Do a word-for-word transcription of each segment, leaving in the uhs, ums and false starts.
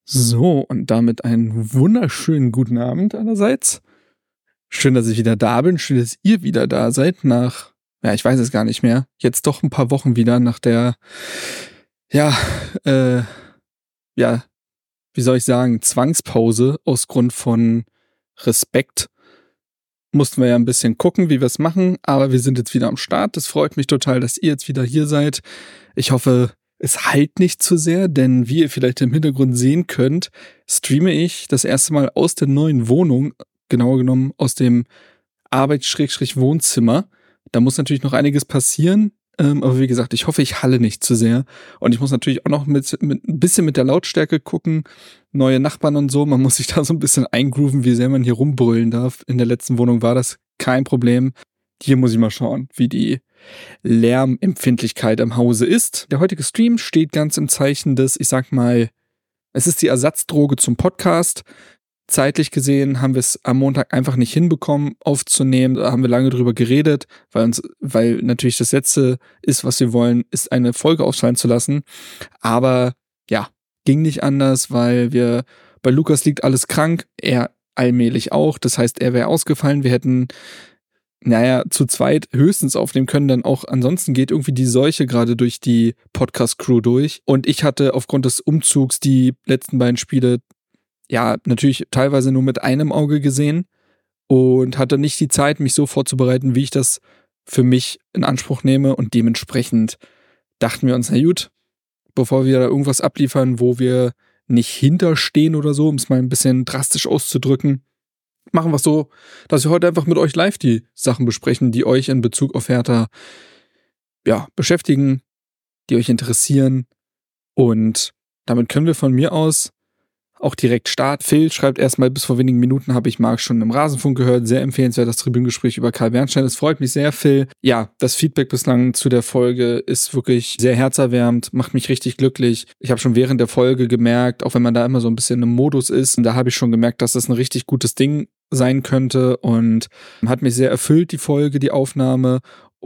So, und damit einen wunderschönen guten Abend allerseits. Schön, dass ich wieder da bin. Schön, dass ihr wieder da seid nach, ja, ich weiß es gar nicht mehr, jetzt doch ein paar Wochen wieder nach der, ja, äh, ja, wie soll ich sagen, Zwangspause aus Grund von Respekt. Mussten wir ja ein bisschen gucken, wie wir es machen, aber wir sind jetzt wieder am Start. Das freut mich total, dass ihr jetzt wieder hier seid. Ich hoffe, es heilt nicht zu sehr, denn wie ihr vielleicht im Hintergrund sehen könnt, streame ich das erste Mal aus der neuen Wohnung, genauer genommen aus dem Arbeits-Wohnzimmer. Da muss natürlich noch einiges passieren, ähm, aber wie gesagt, ich hoffe, ich halle nicht zu sehr. Und ich muss natürlich auch noch mit, mit ein bisschen mit der Lautstärke gucken, neue Nachbarn und so. Man muss sich da so ein bisschen eingrooven, wie sehr man hier rumbrüllen darf. In der letzten Wohnung war das kein Problem. Hier muss ich mal schauen, wie die Lärmempfindlichkeit im Hause ist. Der heutige Stream steht ganz im Zeichen des, ich sag mal, es ist die Ersatzdroge zum Podcast. Zeitlich gesehen haben wir es am Montag einfach nicht hinbekommen aufzunehmen. Da haben wir lange drüber geredet, weil uns, weil natürlich das Letzte ist, was wir wollen, ist eine Folge ausfallen zu lassen. Aber ja, ging nicht anders, weil wir, bei Lukas liegt alles krank, er allmählich auch. Das heißt, er wäre ausgefallen. Wir hätten naja, zu zweit höchstens aufnehmen können, dann auch ansonsten geht irgendwie die Seuche gerade durch die Podcast-Crew durch. Und ich hatte aufgrund des Umzugs die letzten beiden Spiele, ja, natürlich teilweise nur mit einem Auge gesehen und hatte nicht die Zeit, mich so vorzubereiten, wie ich das für mich in Anspruch nehme. Und dementsprechend dachten wir uns, na gut, bevor wir da irgendwas abliefern, wo wir nicht hinterstehen oder so, um es mal ein bisschen drastisch auszudrücken, machen wir es so, dass wir heute einfach mit euch live die Sachen besprechen, die euch in Bezug auf Hertha ja, beschäftigen, die euch interessieren. Und damit können wir von mir aus auch direkt starten. Phil schreibt erstmal, bis vor wenigen Minuten habe ich Marc schon im Rasenfunk gehört. Sehr empfehlenswert, das Tribünengespräch über Karl Bernstein. Es freut mich sehr, Phil. Ja, das Feedback bislang zu der Folge ist wirklich sehr herzerwärmend, macht mich richtig glücklich. Ich habe schon während der Folge gemerkt, auch wenn man da immer so ein bisschen im Modus ist, da habe ich schon gemerkt, dass das ein richtig gutes Ding sein könnte und hat mich sehr erfüllt, die Folge, die Aufnahme,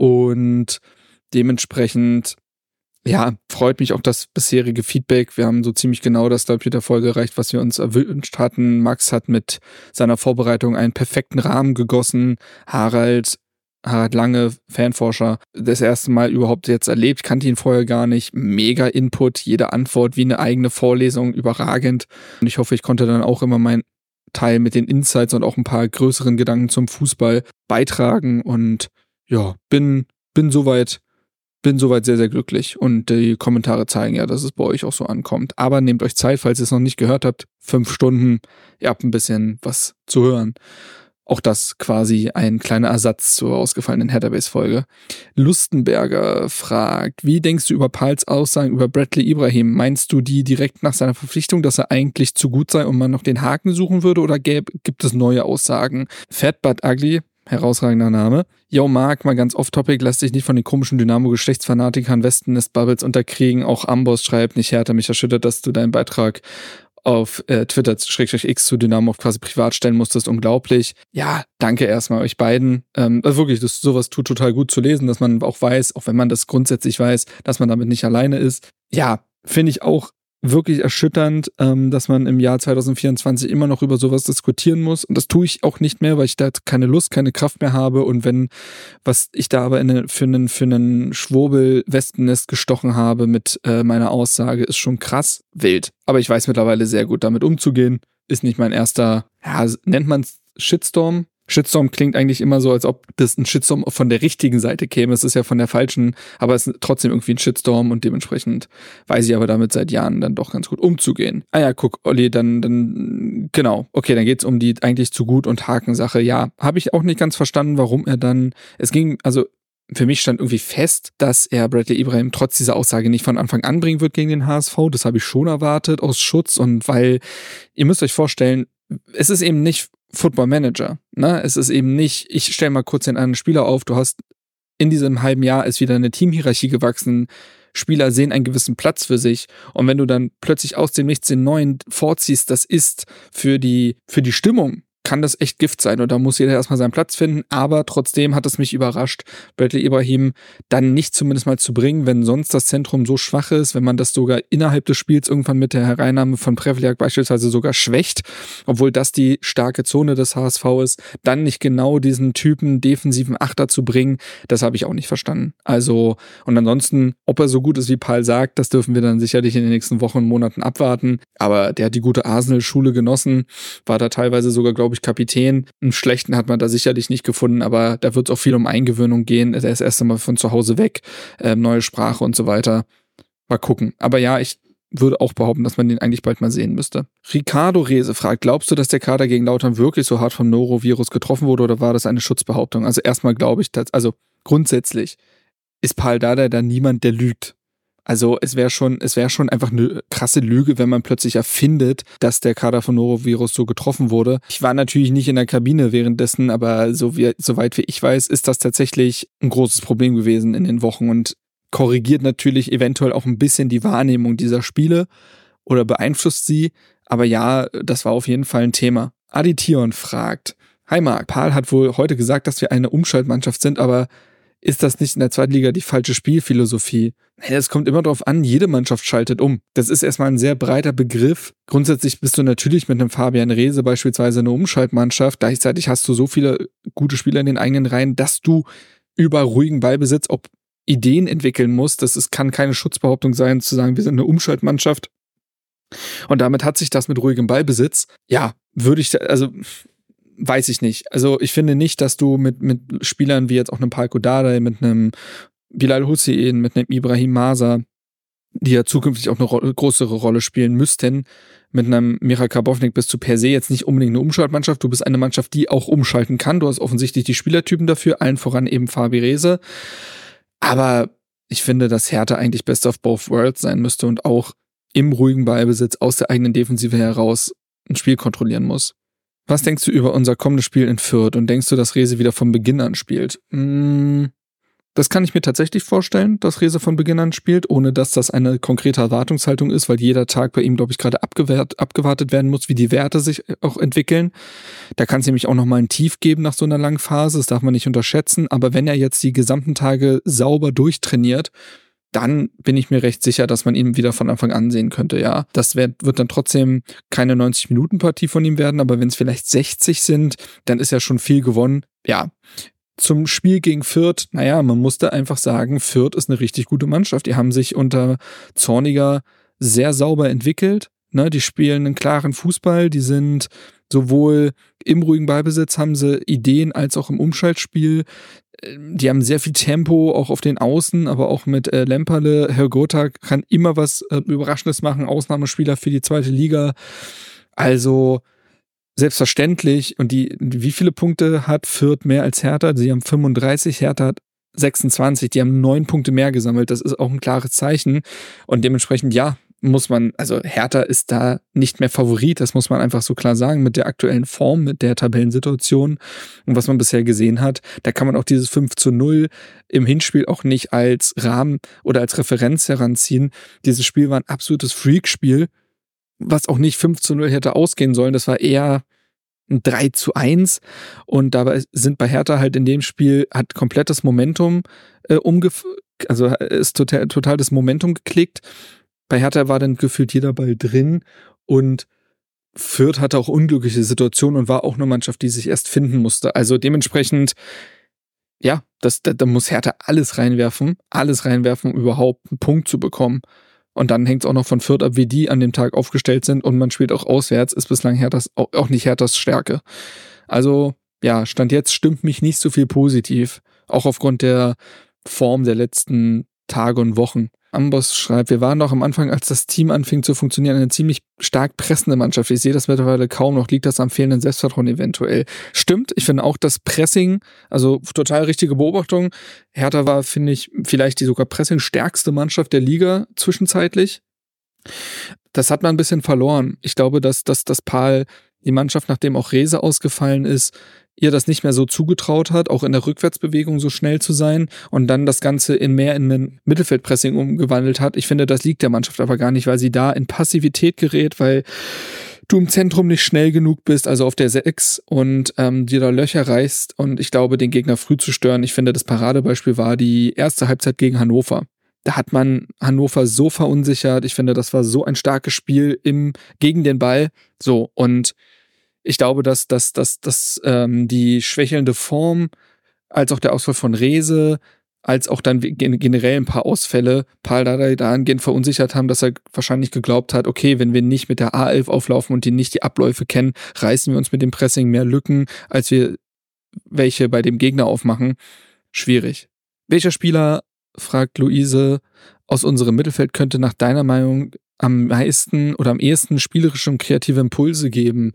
und dementsprechend ja, freut mich auch das bisherige Feedback. Wir haben so ziemlich genau das, glaube ich, mit der Folge erreicht, was wir uns erwünscht hatten. Max hat mit seiner Vorbereitung einen perfekten Rahmen gegossen. Harald, Harald Lange, Fanforscher, das erste Mal überhaupt jetzt erlebt, kannte ihn vorher gar nicht. Mega Input, jede Antwort wie eine eigene Vorlesung, überragend. Und ich hoffe, ich konnte dann auch immer meinen Teil mit den Insights und auch ein paar größeren Gedanken zum Fußball beitragen. Und ja, bin, bin soweit Bin soweit sehr, sehr glücklich und die Kommentare zeigen ja, dass es bei euch auch so ankommt. Aber nehmt euch Zeit, falls ihr es noch nicht gehört habt. Fünf Stunden, ihr habt ein bisschen was zu hören. Auch das quasi ein kleiner Ersatz zur ausgefallenen Hertha-Base-Folge. Lustenberger fragt, wie denkst du über Pals Aussagen über Bradley Ibrahim? Meinst du die direkt nach seiner Verpflichtung, dass er eigentlich zu gut sei und man noch den Haken suchen würde, oder gäb, gibt es neue Aussagen? Fat But Ugly, herausragender Name. Yo, Marc, mal ganz off-topic, lass dich nicht von den komischen Dynamo-Geschlechtsfanatikern Westennest-Bubbles unterkriegen. Auch Amboss schreibt, nicht Hertha, mich erschüttert, dass du deinen Beitrag auf äh, Twitter X zu Dynamo quasi privat stellen musstest. Unglaublich. Ja, danke erstmal euch beiden. Ähm, also wirklich, das, sowas tut total gut zu lesen, dass man auch weiß, auch wenn man das grundsätzlich weiß, dass man damit nicht alleine ist. Ja, finde ich auch wirklich erschütternd, ähm, dass man im Jahr zwanzig vierundzwanzig immer noch über sowas diskutieren muss. Und das tue ich auch nicht mehr, weil ich da keine Lust, keine Kraft mehr habe. Und wenn, was ich da aber in eine, für einen, für einen Schwurbel-Wespennest gestochen habe mit äh, meiner Aussage, ist schon krass wild. Aber ich weiß mittlerweile sehr gut damit umzugehen. Ist nicht mein erster, ja, nennt man es Shitstorm? Shitstorm klingt eigentlich immer so, als ob das ein Shitstorm von der richtigen Seite käme. Es ist ja von der falschen, aber es ist trotzdem irgendwie ein Shitstorm und dementsprechend weiß ich aber damit seit Jahren dann doch ganz gut umzugehen. Ah ja, guck, Olli, dann, dann, genau. Okay, dann geht's um die eigentlich zu gut und Haken-Sache. Ja, habe ich auch nicht ganz verstanden, warum er dann, es ging, also für mich stand irgendwie fest, dass er Bradley Ibrahim trotz dieser Aussage nicht von Anfang an bringen wird gegen den H S V. Das habe ich schon erwartet, aus Schutz, und weil, ihr müsst euch vorstellen, es ist eben nicht Football Manager, ne? Es ist eben nicht, ich stelle mal kurz den einen Spieler auf, du hast in diesem halben Jahr ist wieder eine Teamhierarchie gewachsen, Spieler sehen einen gewissen Platz für sich, und wenn du dann plötzlich aus dem Nichts den neuen vorziehst, das ist für die, für die Stimmung kann das echt Gift sein und da muss jeder erstmal seinen Platz finden, aber trotzdem hat es mich überrascht, Bradley Ibrahim dann nicht zumindest mal zu bringen, wenn sonst das Zentrum so schwach ist, wenn man das sogar innerhalb des Spiels irgendwann mit der Hereinnahme von Prevliak beispielsweise sogar schwächt, obwohl das die starke Zone des H S V ist, dann nicht genau diesen Typen defensiven Achter zu bringen, das habe ich auch nicht verstanden. Also, und ansonsten, ob er so gut ist, wie Paul sagt, das dürfen wir dann sicherlich in den nächsten Wochen und Monaten abwarten, aber der hat die gute Arsenal-Schule genossen, war da teilweise sogar, glaube ich, Kapitän. Einen schlechten hat man da sicherlich nicht gefunden, aber da wird es auch viel um Eingewöhnung gehen. Er ist erst einmal von zu Hause weg, äh, neue Sprache und so weiter. Mal gucken. Aber ja, ich würde auch behaupten, dass man den eigentlich bald mal sehen müsste. Ricardo Rehse fragt, glaubst du, dass der Kader gegen Lautern wirklich so hart vom Norovirus getroffen wurde oder war das eine Schutzbehauptung? Also erstmal glaube ich, dass, also grundsätzlich ist Pal Dardai da niemand, der lügt. Also es wäre schon, es wäre schon einfach eine krasse Lüge, wenn man plötzlich erfindet, dass der Kader von Norovirus so getroffen wurde. Ich war natürlich nicht in der Kabine währenddessen, aber so wie, soweit wie ich weiß, ist das tatsächlich ein großes Problem gewesen in den Wochen und korrigiert natürlich eventuell auch ein bisschen die Wahrnehmung dieser Spiele oder beeinflusst sie. Aber ja, das war auf jeden Fall ein Thema. Adi Tion fragt, hi Marc, Pal hat wohl heute gesagt, dass wir eine Umschaltmannschaft sind, aber ist das nicht in der Zweitliga die falsche Spielphilosophie? Es kommt immer darauf an, jede Mannschaft schaltet um. Das ist erstmal ein sehr breiter Begriff. Grundsätzlich bist du natürlich mit einem Fabian Rehse beispielsweise eine Umschaltmannschaft. Gleichzeitig hast du so viele gute Spieler in den eigenen Reihen, dass du über ruhigen Ballbesitz auch Ideen entwickeln musst. Das ist, kann keine Schutzbehauptung sein, zu sagen, wir sind eine Umschaltmannschaft. Und damit hat sich das mit ruhigem Ballbesitz. Ja, würde ich, also weiß ich nicht. Also ich finde nicht, dass du mit, mit Spielern wie jetzt auch einem Palko Dardai, mit einem Bilal Hussein, mit einem Ibrahim Masa, die ja zukünftig auch eine ro- größere Rolle spielen müssten, mit einem Michal Karbovnik bist du per se jetzt nicht unbedingt eine Umschaltmannschaft. Du bist eine Mannschaft, die auch umschalten kann. Du hast offensichtlich die Spielertypen dafür, allen voran eben Fabi Rehse. Aber ich finde, dass Hertha eigentlich best of both worlds sein müsste und auch im ruhigen Ballbesitz aus der eigenen Defensive heraus ein Spiel kontrollieren muss. Was denkst du über unser kommendes Spiel in Fürth und denkst du, dass Rehse wieder von Beginn an spielt? Mmh, das kann ich mir tatsächlich vorstellen, dass Rehse von Beginn an spielt, ohne dass das eine konkrete Erwartungshaltung ist, weil jeder Tag bei ihm, glaube ich, gerade abgewehrt, abgewartet werden muss, wie die Werte sich auch entwickeln. Da kann es nämlich auch nochmal ein Tief geben nach so einer langen Phase, das darf man nicht unterschätzen, aber wenn er jetzt die gesamten Tage sauber durchtrainiert, dann bin ich mir recht sicher, dass man ihn wieder von Anfang an sehen könnte, ja. Das wird, wird dann trotzdem keine neunzig-Minuten-Partie von ihm werden, aber wenn es vielleicht sechzig sind, dann ist ja schon viel gewonnen. Ja, zum Spiel gegen Fürth, naja, man musste einfach sagen, Fürth ist eine richtig gute Mannschaft. Die haben sich unter Zorniger sehr sauber entwickelt, ne? Die spielen einen klaren Fußball, die sind sowohl im ruhigen Ballbesitz haben sie Ideen als auch im Umschaltspiel. Die haben sehr viel Tempo, auch auf den Außen, aber auch mit äh, Lemperle. Herr Gotha kann immer was äh, Überraschendes machen, Ausnahmespieler für die zweite Liga. Also selbstverständlich. Und die, wie viele Punkte hat Fürth mehr als Hertha? Sie haben fünfunddreißig, Hertha hat sechsundzwanzig. Die haben neun Punkte mehr gesammelt. Das ist auch ein klares Zeichen. Und dementsprechend, ja, muss man, also Hertha ist da nicht mehr Favorit, das muss man einfach so klar sagen, mit der aktuellen Form, mit der Tabellensituation und was man bisher gesehen hat. Da kann man auch dieses fünf zu null im Hinspiel auch nicht als Rahmen oder als Referenz heranziehen. Dieses Spiel war ein absolutes Freakspiel, was auch nicht fünf zu null hätte ausgehen sollen. Das war eher ein drei zu eins und dabei sind bei Hertha halt in dem Spiel, hat komplettes Momentum äh, umgef- also ist total, total das Momentum geklickt. Bei Hertha war dann gefühlt jeder Ball drin und Fürth hatte auch unglückliche Situationen und war auch eine Mannschaft, die sich erst finden musste. Also dementsprechend, ja, das, da, da muss Hertha alles reinwerfen, alles reinwerfen, um überhaupt einen Punkt zu bekommen. Und dann hängt es auch noch von Fürth ab, wie die an dem Tag aufgestellt sind und man spielt auch auswärts, ist bislang Herthas, auch nicht Herthas Stärke. Also, ja, Stand jetzt stimmt mich nicht so viel positiv, auch aufgrund der Form der letzten Tage und Wochen. Amboss schreibt, wir waren doch am Anfang, als das Team anfing zu funktionieren, eine ziemlich stark pressende Mannschaft. Ich sehe das mittlerweile kaum noch. Liegt das am fehlenden Selbstvertrauen eventuell? Stimmt, ich finde auch das Pressing, also total richtige Beobachtung. Hertha war, finde ich, vielleicht die sogar Pressing-stärkste Mannschaft der Liga zwischenzeitlich. Das hat man ein bisschen verloren. Ich glaube, dass, dass, dass Pal die Mannschaft, nachdem auch Rehse ausgefallen ist, ihr das nicht mehr so zugetraut hat, auch in der Rückwärtsbewegung so schnell zu sein und dann das Ganze in mehr in ein Mittelfeldpressing umgewandelt hat. Ich finde, das liegt der Mannschaft aber gar nicht, weil sie da in Passivität gerät, weil du im Zentrum nicht schnell genug bist, also auf der sechs und ähm, dir da Löcher reißt und ich glaube, den Gegner früh zu stören. Ich finde, das Paradebeispiel war die erste Halbzeit gegen Hannover. Da hat man Hannover so verunsichert. Ich finde, das war so ein starkes Spiel im, gegen den Ball. So, und ich glaube, dass, dass, dass, dass ähm, die schwächelnde Form, als auch der Ausfall von Rehse, als auch dann generell ein paar Ausfälle Paul Dardai dahingehend verunsichert haben, dass er wahrscheinlich geglaubt hat, okay, wenn wir nicht mit der A elf auflaufen und die nicht die Abläufe kennen, reißen wir uns mit dem Pressing mehr Lücken, als wir welche bei dem Gegner aufmachen. Schwierig. Welcher Spieler, fragt Luise, aus unserem Mittelfeld könnte nach deiner Meinung am meisten oder am ehesten spielerische und kreative Impulse geben?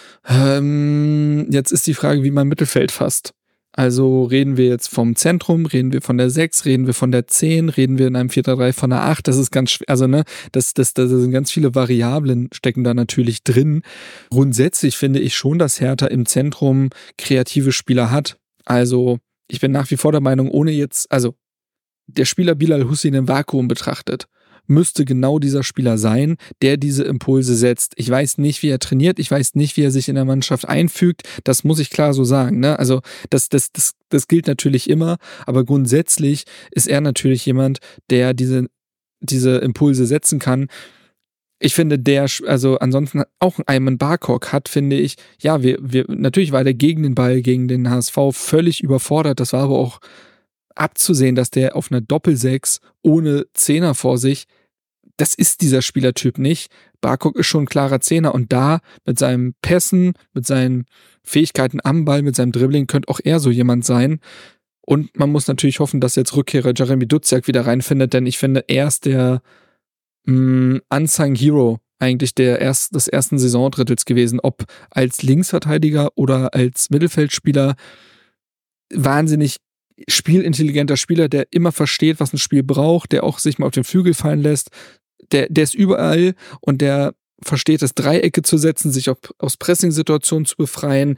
Ähm, jetzt ist die Frage, wie man Mittelfeld fasst. Also reden wir jetzt vom Zentrum, reden wir von der sechs, reden wir von der zehn, reden wir in einem vier drei drei von der acht, das ist ganz schwer, also ne, das, das, das sind ganz viele Variablen stecken da natürlich drin. Grundsätzlich finde ich schon, dass Hertha im Zentrum kreative Spieler hat. Also ich bin nach wie vor der Meinung, ohne jetzt, also der Spieler Bilal Hussein im Vakuum betrachtet, müsste genau dieser Spieler sein, der diese Impulse setzt. Ich weiß nicht, wie er trainiert, ich weiß nicht, wie er sich in der Mannschaft einfügt, das muss ich klar so sagen, ne? Also das, das, das, das gilt natürlich immer, aber grundsätzlich ist er natürlich jemand, der diese, diese Impulse setzen kann. Ich finde, der, also ansonsten auch ein Ayman Barkok hat, finde ich, ja, wir, wir, natürlich war der gegen den Ball, gegen den H S V völlig überfordert, das war aber auch abzusehen, dass der auf einer Doppelsechs ohne Zehner vor sich, das ist dieser Spielertyp nicht. Barkok ist schon ein klarer Zehner und da mit seinen Pässen, mit seinen Fähigkeiten am Ball, mit seinem Dribbling könnte auch er so jemand sein. Und man muss natürlich hoffen, dass jetzt Rückkehrer Jeremy Duziak wieder reinfindet, denn ich finde, er ist der mh, Unsung Hero eigentlich der erst, des ersten Saisondrittels gewesen, ob als Linksverteidiger oder als Mittelfeldspieler. Wahnsinnig spielintelligenter Spieler, der immer versteht, was ein Spiel braucht, der auch sich mal auf den Flügel fallen lässt, der, der ist überall und der versteht es, Dreiecke zu setzen, sich auf, aus Pressing-Situationen zu befreien,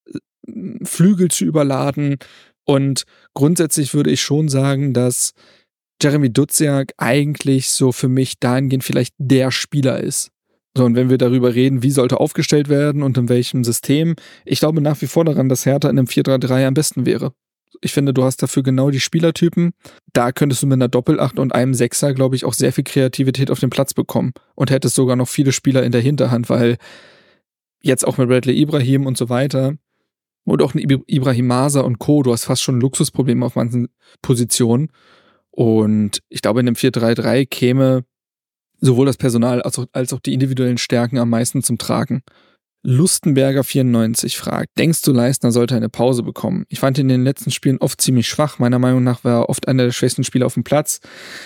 Flügel zu überladen und grundsätzlich würde ich schon sagen, dass Jeremy Duziak eigentlich so für mich dahingehend vielleicht der Spieler ist. So, und wenn wir darüber reden, wie sollte aufgestellt werden und in welchem System, ich glaube nach wie vor daran, dass Hertha in einem vier drei drei am besten wäre. Ich finde, du hast dafür genau die Spielertypen. Da könntest du mit einer Doppelacht und einem Sechser, glaube ich, auch sehr viel Kreativität auf den Platz bekommen und hättest sogar noch viele Spieler in der Hinterhand, weil jetzt auch mit Bradley Ibrahim und so weiter und auch ein Ibrahim Maser und Co., du hast fast schon ein Luxusproblem auf manchen Positionen und ich glaube, in einem vier drei drei käme sowohl das Personal als auch, als auch die individuellen Stärken am meisten zum Tragen. Lustenberger vierundneunzig fragt, denkst du, Leistner sollte eine Pause bekommen? Ich fand ihn in den letzten Spielen oft ziemlich schwach. Meiner Meinung nach war er oft einer der schwächsten Spieler auf dem Platz.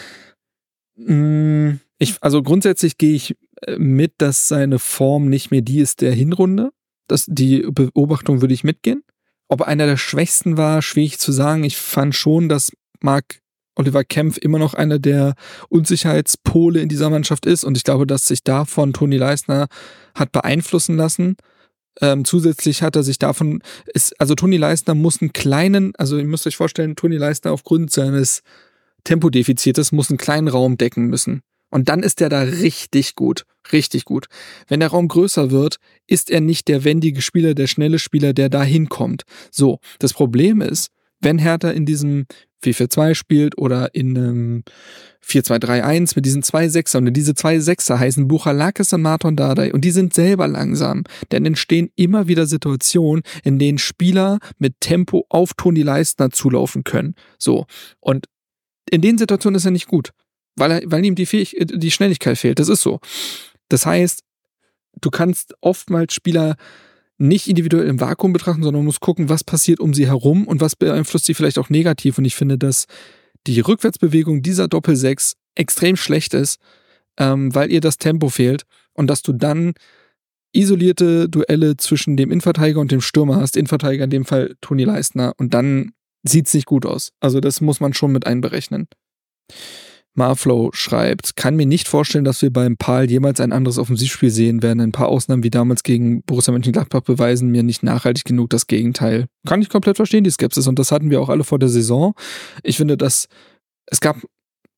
Ich, also grundsätzlich gehe ich mit, dass seine Form nicht mehr die ist der Hinrunde. Das, die Beobachtung würde ich mitgehen. Ob er einer der schwächsten war, schwierig zu sagen. Ich fand schon, dass Marc Oliver Kempf immer noch einer der Unsicherheitspole in dieser Mannschaft ist und ich glaube, dass sich davon Toni Leistner hat beeinflussen lassen. Ähm, zusätzlich hat er sich davon, ist, also Toni Leistner muss einen kleinen, also ihr müsst euch vorstellen, Toni Leistner aufgrund seines Tempodefizites muss einen kleinen Raum decken müssen. Und dann ist er da richtig gut, richtig gut. Wenn der Raum größer wird, ist er nicht der wendige Spieler, der schnelle Spieler, der da hinkommt. So, das Problem ist, wenn Hertha in diesem vier vier zwei spielt oder in einem vier zwei drei eins mit diesen zwei Sechser und diese zwei Sechser heißen Buchalakis und Marton Dardai und die sind selber langsam, dann entstehen immer wieder Situationen, in denen Spieler mit Tempo auf Toni Leistner zulaufen können. So, und in den Situationen ist er nicht gut, weil, er, weil ihm die, Fähig- die Schnelligkeit fehlt, das ist so. Das heißt, du kannst oftmals Spieler nicht individuell im Vakuum betrachten, sondern man muss gucken, was passiert um sie herum und was beeinflusst sie vielleicht auch negativ. Und ich finde, dass die Rückwärtsbewegung dieser Doppelsechs extrem schlecht ist, ähm, weil ihr das Tempo fehlt und dass du dann isolierte Duelle zwischen dem Innenverteidiger und dem Stürmer hast, Innenverteidiger in dem Fall Toni Leistner, und dann sieht's nicht gut aus. Also das muss man schon mit einberechnen. Marflow schreibt, kann mir nicht vorstellen, dass wir beim Pal jemals ein anderes Offensivspiel sehen werden. Ein paar Ausnahmen wie damals gegen Borussia Mönchengladbach beweisen mir nicht nachhaltig genug das Gegenteil. Kann ich komplett verstehen, die Skepsis. Und das hatten wir auch alle vor der Saison. Ich finde, dass es gab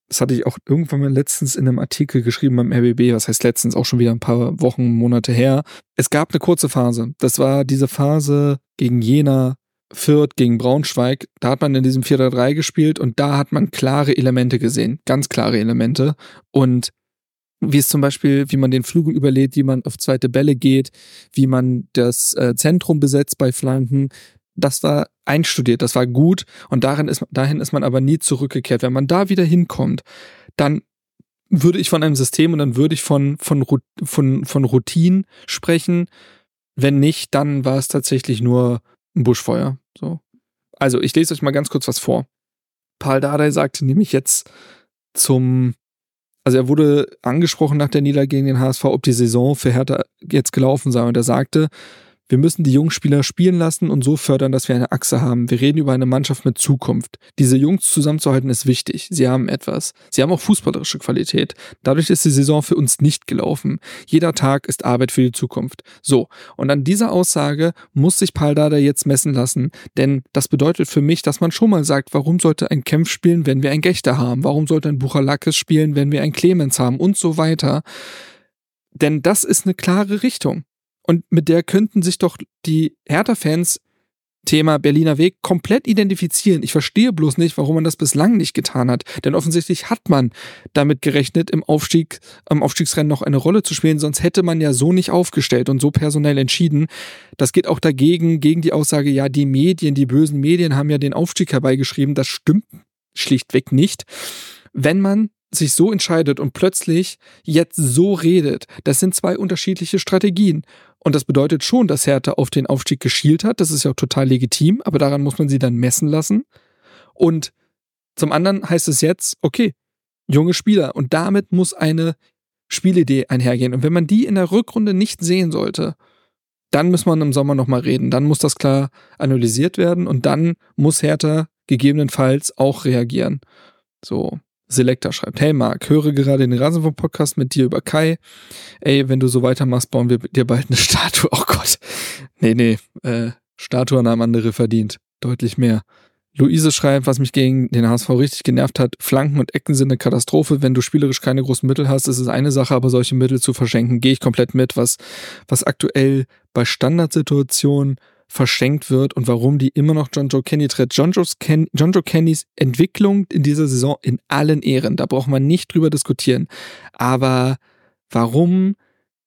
das hatte ich auch irgendwann mal letztens in einem Artikel geschrieben beim R B B, was heißt letztens, auch schon wieder ein paar Wochen, Monate her. Es gab eine kurze Phase. Das war diese Phase gegen Jena, Fürth, gegen Braunschweig. Da hat man in diesem vier drei drei gespielt und da hat man klare Elemente gesehen. Ganz klare Elemente. Und wie es zum Beispiel, wie man den Flügel überlädt, wie man auf zweite Bälle geht, wie man das äh, Zentrum besetzt bei Flanken. Das war einstudiert, das war gut und darin ist, dahin ist man aber nie zurückgekehrt. Wenn man da wieder hinkommt, dann würde ich von einem System und dann würde ich von, von, von, von Routine sprechen. Wenn nicht, dann war es tatsächlich nur ein Buschfeuer. So. Also ich lese euch mal ganz kurz was vor. Pal Dardai sagte nämlich jetzt zum, also er wurde angesprochen nach der Niederlage gegen den H S V, ob die Saison für Hertha jetzt gelaufen sei und er sagte, wir müssen die jungen Spieler spielen lassen und so fördern, dass wir eine Achse haben. Wir reden über eine Mannschaft mit Zukunft. Diese Jungs zusammenzuhalten ist wichtig. Sie haben etwas. Sie haben auch fußballerische Qualität. Dadurch ist die Saison für uns nicht gelaufen. Jeder Tag ist Arbeit für die Zukunft. So, und an dieser Aussage muss sich Pal Dardai jetzt messen lassen, denn das bedeutet für mich, dass man schon mal sagt, warum sollte ein Kempf spielen, wenn wir ein Gächter haben? Warum sollte ein Buchalakis spielen, wenn wir ein Clemens haben? Und so weiter. Denn das ist eine klare Richtung. Und mit der könnten sich doch die Hertha-Fans Thema Berliner Weg komplett identifizieren. Ich verstehe bloß nicht, warum man das bislang nicht getan hat. Denn offensichtlich hat man damit gerechnet, im Aufstieg, am Aufstiegsrennen noch eine Rolle zu spielen. Sonst hätte man ja so nicht aufgestellt und so personell entschieden. Das geht auch dagegen, gegen die Aussage, ja, die Medien, die bösen Medien haben ja den Aufstieg herbeigeschrieben. Das stimmt schlichtweg nicht. Wenn man sich so entscheidet und plötzlich jetzt so redet, das sind zwei unterschiedliche Strategien. Und das bedeutet schon, dass Hertha auf den Aufstieg geschielt hat. Das ist ja auch total legitim, aber daran muss man sie dann messen lassen. Und zum anderen heißt es jetzt, okay, junge Spieler. Und damit muss eine Spielidee einhergehen. Und wenn man die in der Rückrunde nicht sehen sollte, dann muss man im Sommer nochmal reden. Dann muss das klar analysiert werden und dann muss Hertha gegebenenfalls auch reagieren. So. Selector schreibt, hey Marc, höre gerade den Rasenfunk-Podcast mit dir über Kai. Ey, wenn du so weitermachst, bauen wir dir bald eine Statue. Oh Gott. Nee, nee, äh, Statuen haben andere verdient. Deutlich mehr. Luise schreibt, was mich gegen den H S V richtig genervt hat, Flanken und Ecken sind eine Katastrophe. Wenn du spielerisch keine großen Mittel hast, ist es eine Sache, aber solche Mittel zu verschenken, gehe ich komplett mit. Was, was aktuell bei Standardsituationen verschenkt wird und warum die immer noch John Joe Kenny tritt. John, Ken, John Joe Kennys Entwicklung in dieser Saison in allen Ehren, da braucht man nicht drüber diskutieren. Aber warum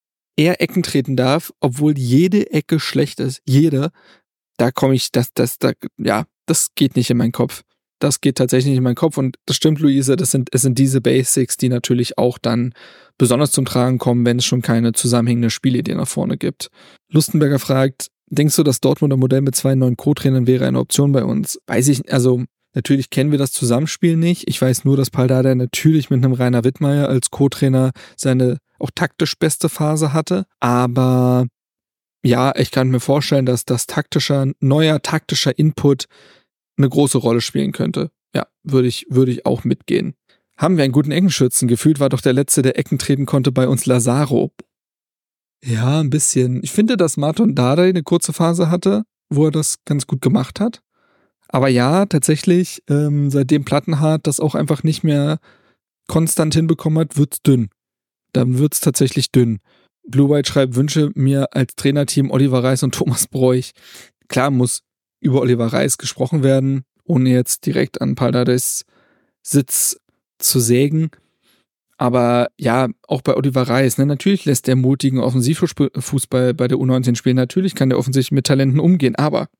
er Ecken treten darf, obwohl jede Ecke schlecht ist, jede, da komme ich, das, das, da, ja, das geht nicht in meinen Kopf. Das geht tatsächlich nicht in meinen Kopf und das stimmt, Luise, das sind, es sind diese Basics, die natürlich auch dann besonders zum Tragen kommen, wenn es schon keine zusammenhängende Spielidee nach vorne gibt. Lustenberger fragt, denkst du, das Dortmunder Modell mit zwei neuen Co-Trainern wäre eine Option bei uns? Weiß ich, also natürlich kennen wir das Zusammenspiel nicht. Ich weiß nur, dass Pal Dardai natürlich mit einem Rainer Wittmeier als Co-Trainer seine auch taktisch beste Phase hatte. Aber ja, ich kann mir vorstellen, dass das taktischer, neuer taktischer Input eine große Rolle spielen könnte. Ja, würde ich, würde ich auch mitgehen. Haben wir einen guten Eckenschützen? Gefühlt war doch der Letzte, der Ecken treten konnte, bei uns Lazaro. Ja, ein bisschen. Ich finde, dass Marton Dardai eine kurze Phase hatte, wo er das ganz gut gemacht hat. Aber ja, tatsächlich, ähm, seitdem Plattenhardt das auch einfach nicht mehr konstant hinbekommen hat, wird's dünn. Dann wird's tatsächlich dünn. Blue White schreibt, wünsche mir als Trainerteam Oliver Reis und Thomas Broich. Klar muss über Oliver Reis gesprochen werden, ohne jetzt direkt an Pal Dardais Sitz zu sägen. Aber ja, auch bei Oliver Reis, ne, natürlich lässt der mutigen Offensivfußball bei der U neunzehn spielen. Natürlich kann der offensichtlich mit Talenten umgehen, aber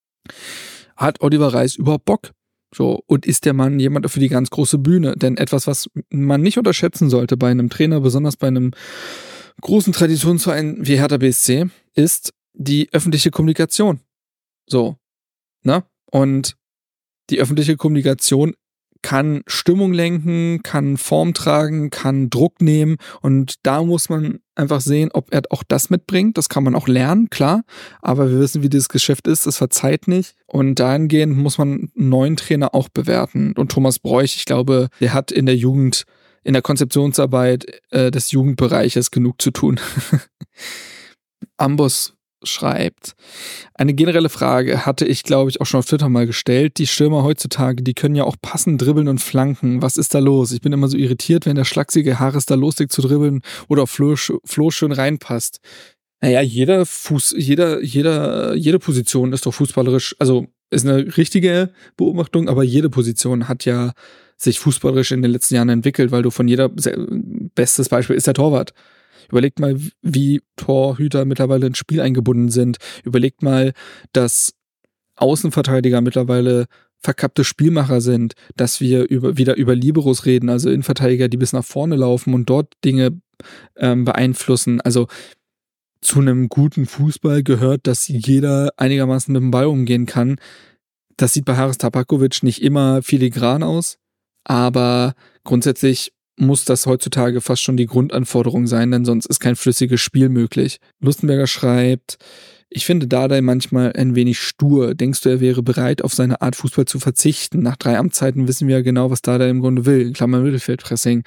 hat Oliver Reis überhaupt Bock? So, und ist der Mann jemand für die ganz große Bühne? Denn etwas, was man nicht unterschätzen sollte bei einem Trainer, besonders bei einem großen Traditionsverein wie Hertha B S C, ist die öffentliche Kommunikation. So, ne? Und die öffentliche Kommunikation kann Stimmung lenken, kann Form tragen, kann Druck nehmen und da muss man einfach sehen, ob er auch das mitbringt. Das kann man auch lernen, klar, aber wir wissen, wie dieses Geschäft ist, es verzeiht nicht und dahingehend muss man einen neuen Trainer auch bewerten. Und Thomas Broich, ich glaube, der hat in der Jugend, in der Konzeptionsarbeit äh, des Jugendbereiches genug zu tun. Ambos schreibt, eine generelle Frage hatte ich, glaube ich, auch schon auf Twitter mal gestellt. Die Stürmer heutzutage, die können ja auch passen, dribbeln und flanken. Was ist da los? Ich bin immer so irritiert, wenn der schlachsige Harris da loslegt zu dribbeln oder auf Flo, Flo schön reinpasst. Naja, jeder Fuß, jeder, jeder, jede Position ist doch fußballerisch, also ist eine richtige Beobachtung, aber jede Position hat ja sich fußballerisch in den letzten Jahren entwickelt, weil du von jeder, bestes Beispiel ist der Torwart. Überlegt mal, wie Torhüter mittlerweile ins Spiel eingebunden sind. Überlegt mal, dass Außenverteidiger mittlerweile verkappte Spielmacher sind, dass wir über, wieder über Liberos reden, also Innenverteidiger, die bis nach vorne laufen und dort Dinge ähm, beeinflussen. Also zu einem guten Fußball gehört, dass jeder einigermaßen mit dem Ball umgehen kann. Das sieht bei Haris Tabakovic nicht immer filigran aus, aber grundsätzlich muss das heutzutage fast schon die Grundanforderung sein, denn sonst ist kein flüssiges Spiel möglich. Lustenberger schreibt, ich finde Dardai manchmal ein wenig stur. Denkst du, er wäre bereit, auf seine Art Fußball zu verzichten? Nach drei Amtszeiten wissen wir ja genau, was Dardai im Grunde will. In Klammern Mittelfeldpressing.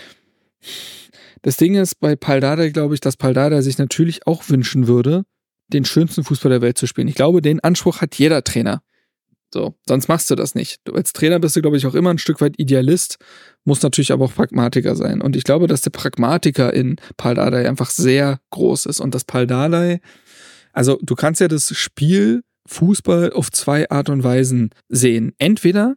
Das Ding ist bei Pal Dardai, glaube ich, dass Pal Dardai sich natürlich auch wünschen würde, den schönsten Fußball der Welt zu spielen. Ich glaube, den Anspruch hat jeder Trainer. So, sonst machst du das nicht. Du als Trainer bist du, glaube ich, auch immer ein Stück weit Idealist, muss natürlich aber auch Pragmatiker sein. Und ich glaube, dass der Pragmatiker in Pal Dardai einfach sehr groß ist. Und dass Pal Dardai, also du kannst ja das Spiel Fußball auf zwei Art und Weisen sehen. Entweder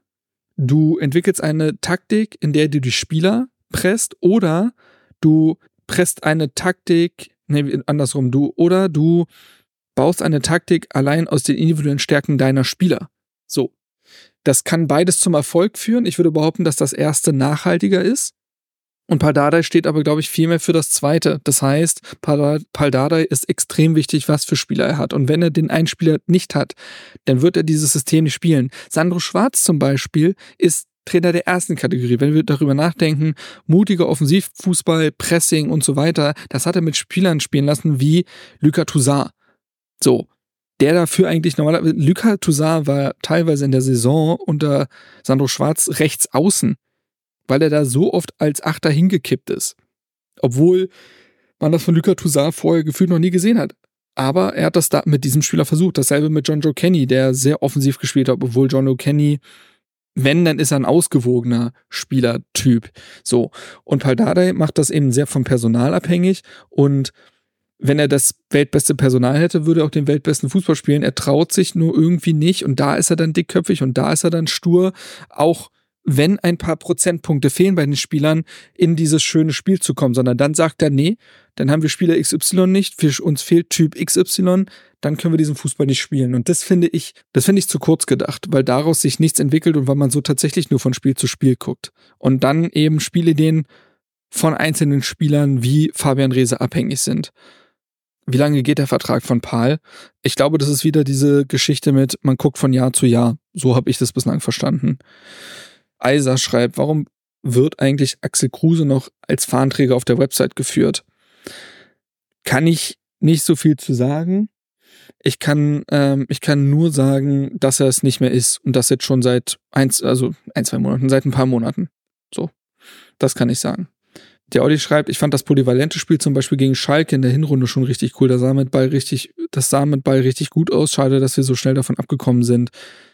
du entwickelst eine Taktik, in der du die Spieler presst, oder du presst eine Taktik, nee, andersrum, du, oder du baust eine Taktik allein aus den individuellen Stärken deiner Spieler. So. Das kann beides zum Erfolg führen. Ich würde behaupten, dass das erste nachhaltiger ist. Und Pal Dardai steht aber, glaube ich, viel mehr für das zweite. Das heißt, Pal Dardai ist extrem wichtig, was für Spieler er hat. Und wenn er den einen Spieler nicht hat, dann wird er dieses System nicht spielen. Sandro Schwarz zum Beispiel ist Trainer der ersten Kategorie. Wenn wir darüber nachdenken, mutiger Offensivfußball, Pressing und so weiter, das hat er mit Spielern spielen lassen wie Lucas Toussaint. So. Der dafür eigentlich normalerweise, Lucas Toussaint war teilweise in der Saison unter Sandro Schwarz rechts außen, weil er da so oft als Achter hingekippt ist. Obwohl man das von Lucas Toussaint vorher gefühlt noch nie gesehen hat. Aber er hat das da mit diesem Spieler versucht. Dasselbe mit John Joe Kenny, der sehr offensiv gespielt hat, obwohl John Joe Kenny, wenn, dann ist er ein ausgewogener Spielertyp. So. Und Pal Dardai macht das eben sehr vom Personal abhängig, und wenn er das weltbeste Personal hätte, würde er auch den weltbesten Fußball spielen. Er traut sich nur irgendwie nicht, und da ist er dann dickköpfig und da ist er dann stur, auch wenn ein paar Prozentpunkte fehlen bei den Spielern, in dieses schöne Spiel zu kommen, sondern dann sagt er, nee, dann haben wir Spieler X Y nicht, für uns fehlt Typ X Y, dann können wir diesen Fußball nicht spielen. Und das finde ich, das finde ich zu kurz gedacht, weil daraus sich nichts entwickelt und weil man so tatsächlich nur von Spiel zu Spiel guckt. Und dann eben Spielideen von einzelnen Spielern wie Fabian Reese abhängig sind. Wie lange geht der Vertrag von Pal? Ich glaube, das ist wieder diese Geschichte mit, man guckt von Jahr zu Jahr. So habe ich das bislang verstanden. Eiser schreibt, warum wird eigentlich Axel Kruse noch als Fahnenträger auf der Website geführt? Kann ich nicht so viel zu sagen. Ich kann, ähm, ich kann nur sagen, dass er es nicht mehr ist, und das jetzt schon seit eins, also ein, zwei Monaten, seit ein paar Monaten. So, das kann ich sagen. Der Olli schreibt, ich fand das polyvalente Spiel zum Beispiel gegen Schalke in der Hinrunde schon richtig cool. Das sah mit Ball richtig, das sah mit Ball richtig gut aus. Schade, dass wir so schnell davon abgekommen sind.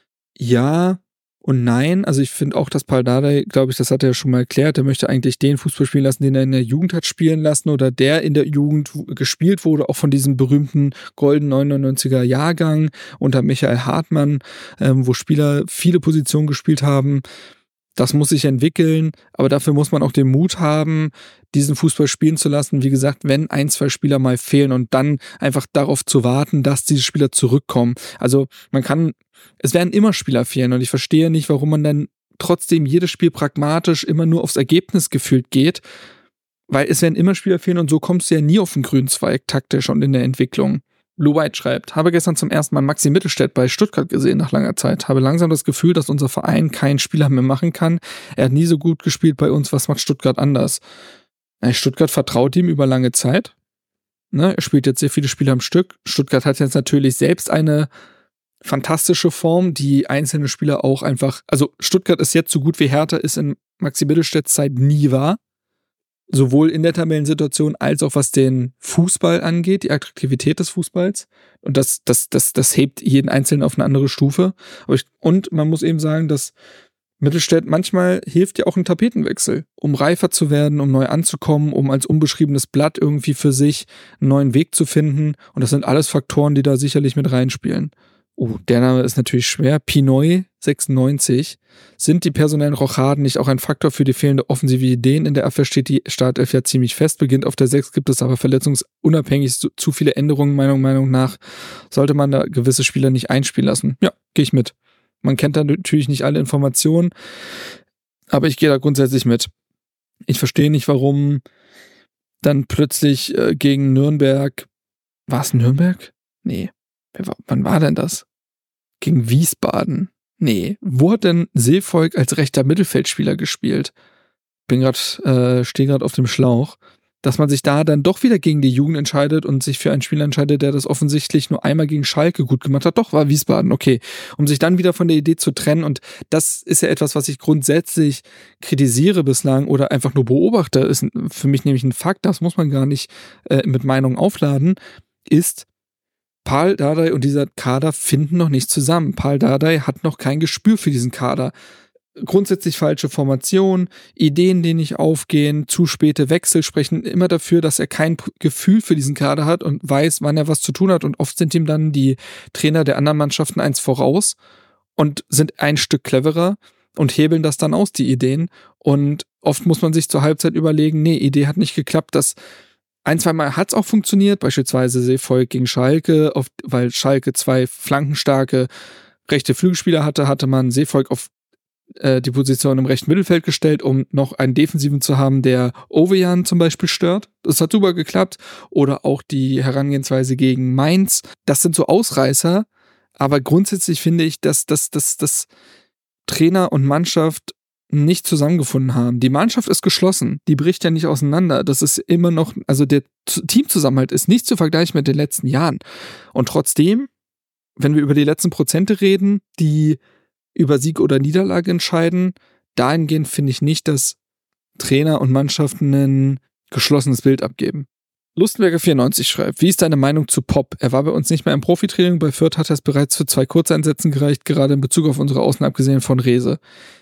Ja und nein. Also ich finde auch, dass Pal Dardai, glaube ich, das hat er ja schon mal erklärt, der möchte eigentlich den Fußball spielen lassen, den er in der Jugend hat spielen lassen oder der in der Jugend gespielt wurde, auch von diesem berühmten Golden neunundneunziger Jahrgang unter Michael Hartmann, ähm, wo Spieler viele Positionen gespielt haben. Das muss sich entwickeln, aber dafür muss man auch den Mut haben, diesen Fußball spielen zu lassen. Wie gesagt, wenn ein, zwei Spieler mal fehlen, und dann einfach darauf zu warten, dass diese Spieler zurückkommen. Also man kann, es werden immer Spieler fehlen, und ich verstehe nicht, warum man dann trotzdem jedes Spiel pragmatisch immer nur aufs Ergebnis gefühlt geht, weil es werden immer Spieler fehlen, und so kommst du ja nie auf den grünen Zweig taktisch und in der Entwicklung. Lou White schreibt, habe gestern zum ersten Mal Maxi Mittelstädt bei Stuttgart gesehen nach langer Zeit. Habe langsam das Gefühl, dass unser Verein keinen Spieler mehr machen kann. Er hat nie so gut gespielt bei uns. Was macht Stuttgart anders? Stuttgart vertraut ihm über lange Zeit. Ne, er spielt jetzt sehr viele Spiele am Stück. Stuttgart hat jetzt natürlich selbst eine fantastische Form, die einzelne Spieler auch einfach, also Stuttgart ist jetzt so gut wie Hertha ist in Maxi Mittelstädts Zeit nie war. sowohl in der Tabellensituation als auch was den Fußball angeht, die Attraktivität des Fußballs. Und das, das, das, das hebt jeden Einzelnen auf eine andere Stufe. Aber ich, und man muss eben sagen, dass Mittelstädt manchmal hilft ja auch ein Tapetenwechsel, um reifer zu werden, um neu anzukommen, um als unbeschriebenes Blatt irgendwie für sich einen neuen Weg zu finden. Und das sind alles Faktoren, die da sicherlich mit reinspielen. Oh, der Name ist natürlich schwer. Pinoy sechsundneunzig. Sind die personellen Rochaden nicht auch ein Faktor für die fehlende offensive Ideen? In der Abwehr steht die Startelf ja ziemlich fest. Beginnt auf der sechs, gibt es aber verletzungsunabhängig zu, zu viele Änderungen, meiner Meinung nach. Sollte man da gewisse Spieler nicht einspielen lassen? Ja, gehe ich mit. Man kennt da natürlich nicht alle Informationen, aber ich gehe da grundsätzlich mit. Ich verstehe nicht, warum dann plötzlich äh, gegen Nürnberg, war es Nürnberg? Nee. War, wann war denn das? Gegen Wiesbaden? Nee. Wo hat denn Seevolk als rechter Mittelfeldspieler gespielt? Bin grad, äh, stehe gerade auf dem Schlauch. Dass man sich da dann doch wieder gegen die Jugend entscheidet und sich für einen Spieler entscheidet, der das offensichtlich nur einmal gegen Schalke gut gemacht hat. Doch, war Wiesbaden, okay. Um sich dann wieder von der Idee zu trennen, und das ist ja etwas, was ich grundsätzlich kritisiere bislang oder einfach nur beobachte, ist für mich nämlich ein Fakt, das muss man gar nicht äh, mit Meinung aufladen, ist, Pal Dardai und dieser Kader finden noch nicht zusammen. Pal Dardai hat noch kein Gespür für diesen Kader. Grundsätzlich falsche Formation, Ideen, die nicht aufgehen, zu späte Wechsel sprechen immer dafür, dass er kein Gefühl für diesen Kader hat und weiß, wann er was zu tun hat. Und oft sind ihm dann die Trainer der anderen Mannschaften eins voraus und sind ein Stück cleverer und hebeln das dann aus, die Ideen. Und oft muss man sich zur Halbzeit überlegen, nee, Idee hat nicht geklappt. Das ein, zwei Mal hat es auch funktioniert, beispielsweise Seevolk gegen Schalke, oft, weil Schalke zwei flankenstarke rechte Flügelspieler hatte, hatte man Seevolk auf die Position im rechten Mittelfeld gestellt, um noch einen Defensiven zu haben, der Ovejan zum Beispiel stört. Das hat super geklappt. Oder auch die Herangehensweise gegen Mainz. Das sind so Ausreißer. Aber grundsätzlich finde ich, dass, dass, dass, dass Trainer und Mannschaft nicht zusammengefunden haben. Die Mannschaft ist geschlossen. Die bricht ja nicht auseinander. Das ist immer noch, also der Teamzusammenhalt ist nicht zu vergleichen mit den letzten Jahren. Und trotzdem, wenn wir über die letzten Prozente reden, die über Sieg oder Niederlage entscheiden. Dahingehend finde ich nicht, dass Trainer und Mannschaften ein geschlossenes Bild abgeben. Lustenberger vierundneunzig schreibt, wie ist deine Meinung zu Pop? Er war bei uns nicht mehr im Profitraining, bei Fürth hat er es bereits für zwei Kurzeinsätzen gereicht, gerade in Bezug auf unsere Außen abgesehen von Rehse.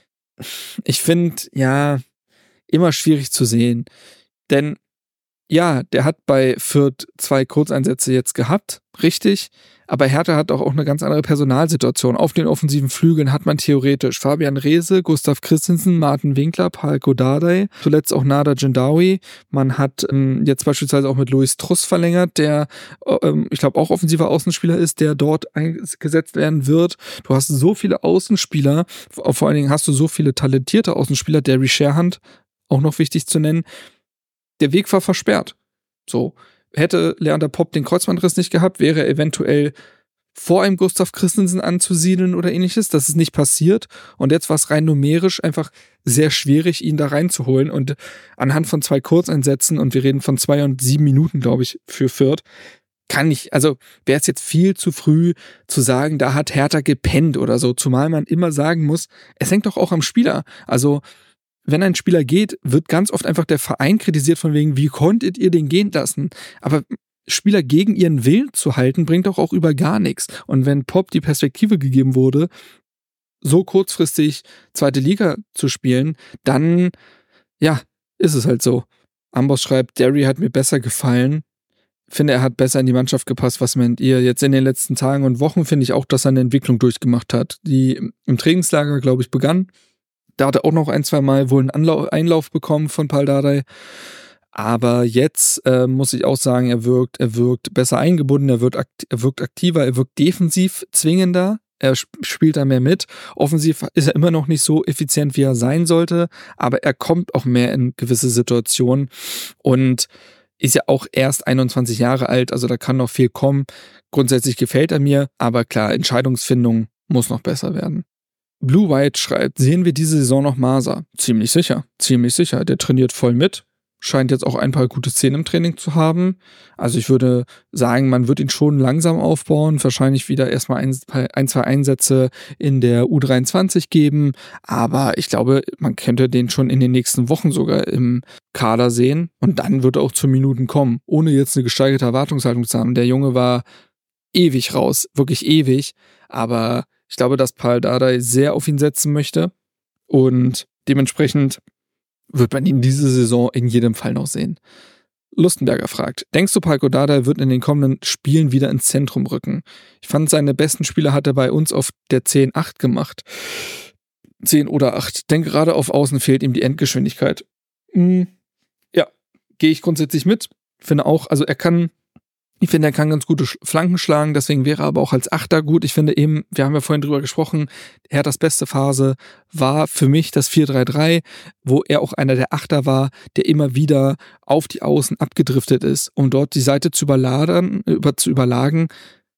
Ich finde, ja, immer schwierig zu sehen, denn ja, der hat bei Fürth zwei Kurzeinsätze jetzt gehabt, richtig, aber Hertha hat auch eine ganz andere Personalsituation. Auf den offensiven Flügeln hat man theoretisch Fabian Rehse, Gustav Christensen, Martin Winkler, Palko Dardai, zuletzt auch Nada Gendawi. Man hat ähm, jetzt beispielsweise auch mit Luis Truss verlängert, der, ähm, ich glaube, auch offensiver Außenspieler ist, der dort eingesetzt werden wird. Du hast so viele Außenspieler, vor allen Dingen hast du so viele talentierte Außenspieler, Derry Sherhand, auch noch wichtig zu nennen. Der Weg war versperrt. So. Hätte Leander Popp den Kreuzbandriss nicht gehabt, wäre er eventuell vor einem Gustav Christensen anzusiedeln oder ähnliches. Das ist nicht passiert. Und jetzt war es rein numerisch einfach sehr schwierig, ihn da reinzuholen. Und anhand von zwei Kurzeinsätzen, und wir reden von zwei und sieben Minuten, glaube ich, für Fürth, kann ich, also wäre es jetzt viel zu früh zu sagen, da hat Hertha gepennt oder so. Zumal man immer sagen muss, es hängt doch auch am Spieler. Also wenn ein Spieler geht, wird ganz oft einfach der Verein kritisiert von wegen, wie konntet ihr den gehen lassen? Aber Spieler gegen ihren Willen zu halten, bringt doch auch über gar nichts. Und wenn Pop die Perspektive gegeben wurde, so kurzfristig zweite Liga zu spielen, dann, ja, ist es halt so. Amboss schreibt, Derry hat mir besser gefallen. Finde, er hat besser in die Mannschaft gepasst. Was meint ihr? Jetzt in den letzten Tagen und Wochen finde ich auch, dass er eine Entwicklung durchgemacht hat, die im Trainingslager, glaube ich, begann. Da hat er auch noch ein, zwei Mal wohl einen Anlauf, Einlauf bekommen von Pal Dardai. Aber jetzt äh, muss ich auch sagen, er wirkt, er wirkt besser eingebunden, er, wird akt, er wirkt aktiver, er wirkt defensiv zwingender, er spielt da mehr mit. Offensiv ist er immer noch nicht so effizient, wie er sein sollte, aber er kommt auch mehr in gewisse Situationen und ist ja auch erst einundzwanzig Jahre alt, also da kann noch viel kommen. Grundsätzlich gefällt er mir, aber klar, Entscheidungsfindung muss noch besser werden. Blue White schreibt, sehen wir diese Saison noch Maser? Ziemlich sicher, ziemlich sicher. Der trainiert voll mit, scheint jetzt auch ein paar gute Szenen im Training zu haben. Also ich würde sagen, man wird ihn schon langsam aufbauen, wahrscheinlich wieder erstmal ein, ein zwei Einsätze in der U dreiundzwanzig geben, aber ich glaube, man könnte den schon in den nächsten Wochen sogar im Kader sehen und dann wird er auch zu Minuten kommen, ohne jetzt eine gesteigerte Erwartungshaltung zu haben. Der Junge war ewig raus, wirklich ewig, aber ich glaube, dass Pal Dardai sehr auf ihn setzen möchte und dementsprechend wird man ihn diese Saison in jedem Fall noch sehen. Lustenberger fragt, denkst du, Pal Dardai wird in den kommenden Spielen wieder ins Zentrum rücken? Ich fand, seine besten Spiele hat er bei uns auf der zehn acht gemacht. zehn oder acht. Denn gerade auf Außen fehlt ihm die Endgeschwindigkeit. Hm, ja, gehe ich grundsätzlich mit. Finde auch, also er kann Ich finde, er kann ganz gute Flanken schlagen, deswegen wäre er aber auch als Achter gut. Ich finde eben, wir haben ja vorhin drüber gesprochen, Herthas beste Phase war für mich das vier drei drei, wo er auch einer der Achter war, der immer wieder auf die Außen abgedriftet ist, um dort die Seite zu überladen, über, zu überlagen,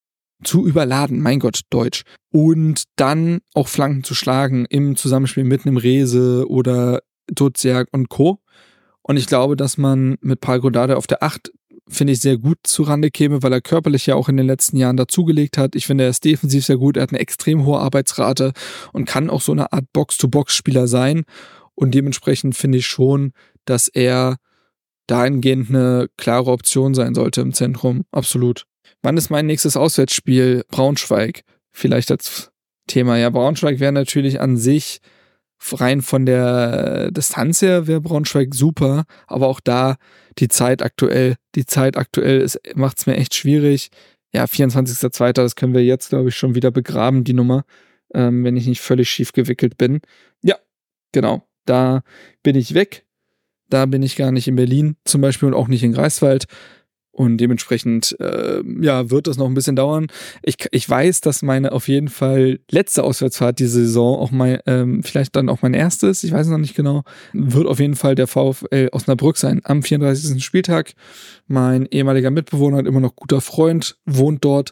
zu überladen, mein Gott, Deutsch. Und dann auch Flanken zu schlagen im Zusammenspiel mit einem Rehse oder Duziak und Co. Und ich glaube, dass man mit Pal Dardai auf der acht finde ich, sehr gut zurande käme, weil er körperlich ja auch in den letzten Jahren dazugelegt hat. Ich finde, er ist defensiv sehr gut, er hat eine extrem hohe Arbeitsrate und kann auch so eine Art Box-to-Box-Spieler sein. Und dementsprechend finde ich schon, dass er dahingehend eine klare Option sein sollte im Zentrum. Absolut. Wann ist mein nächstes Auswärtsspiel? Braunschweig. Vielleicht als Thema. Ja, Braunschweig wäre natürlich an sich rein von der Distanz her wäre Braunschweig super, aber auch da die Zeit aktuell, die Zeit aktuell macht es mir echt schwierig. Ja, vierundzwanzigster zweiter das können wir jetzt, glaube ich, schon wieder begraben, die Nummer, ähm, wenn ich nicht völlig schief gewickelt bin. Ja, genau, da bin ich weg. Da bin ich gar nicht in Berlin zum Beispiel und auch nicht in Greifswald. Und dementsprechend, äh, ja, wird das noch ein bisschen dauern. Ich, ich weiß, dass meine auf jeden Fall letzte Auswärtsfahrt diese Saison auch mein, ähm, vielleicht dann auch mein erstes, ich weiß noch nicht genau, wird auf jeden Fall der VfL Osnabrück sein. Am vierunddreißigsten Spieltag. Mein ehemaliger Mitbewohner, immer noch guter Freund, wohnt dort.